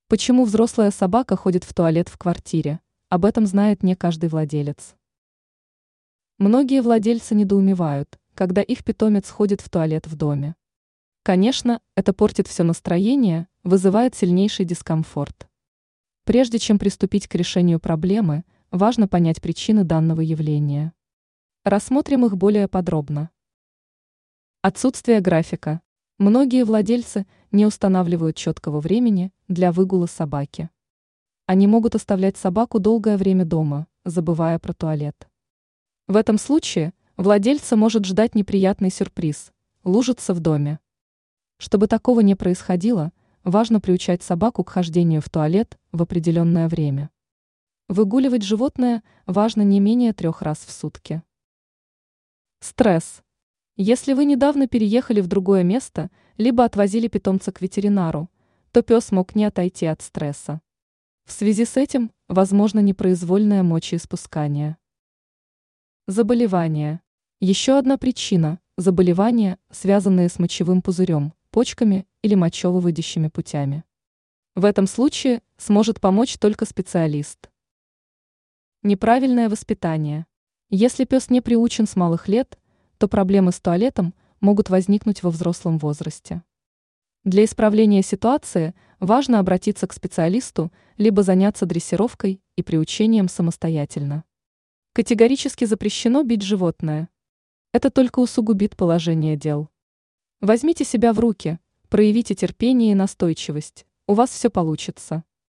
Почему взрослая собака ходит в туалет в квартире? Об этом знает не каждый владелец. Многие владельцы недоумевают, когда их питомец ходит в туалет в доме. Конечно, это портит все настроение, вызывает сильнейший дискомфорт. Прежде чем приступить к решению проблемы, важно понять причины данного явления. Рассмотрим их более подробно. Отсутствие графика. Многие владельцы не устанавливают четкого времени для выгула собаки. Они могут оставлять собаку долгое время дома, забывая про туалет. В этом случае владельца может ждать неприятный сюрприз – лужица в доме. Чтобы такого не происходило, важно приучать собаку к хождению в туалет в определенное время. Выгуливать животное важно не менее 3 раз в сутки. Стресс. Если вы недавно переехали в другое место, либо отвозили питомца к ветеринару, то пес мог не отойти от стресса. В связи с этим возможно непроизвольное мочеиспускание. Заболевания. Еще одна причина – заболевания, связанные с мочевым пузырем, почками или мочевыводящими путями. В этом случае сможет помочь только специалист. Неправильное воспитание. Если пес не приучен с малых лет, то проблемы с туалетом могут возникнуть во взрослом возрасте. Для исправления ситуации важно обратиться к специалисту, либо заняться дрессировкой и приучением самостоятельно. Категорически запрещено бить животное. Это только усугубит положение дел. Возьмите себя в руки, проявите терпение и настойчивость, у вас все получится.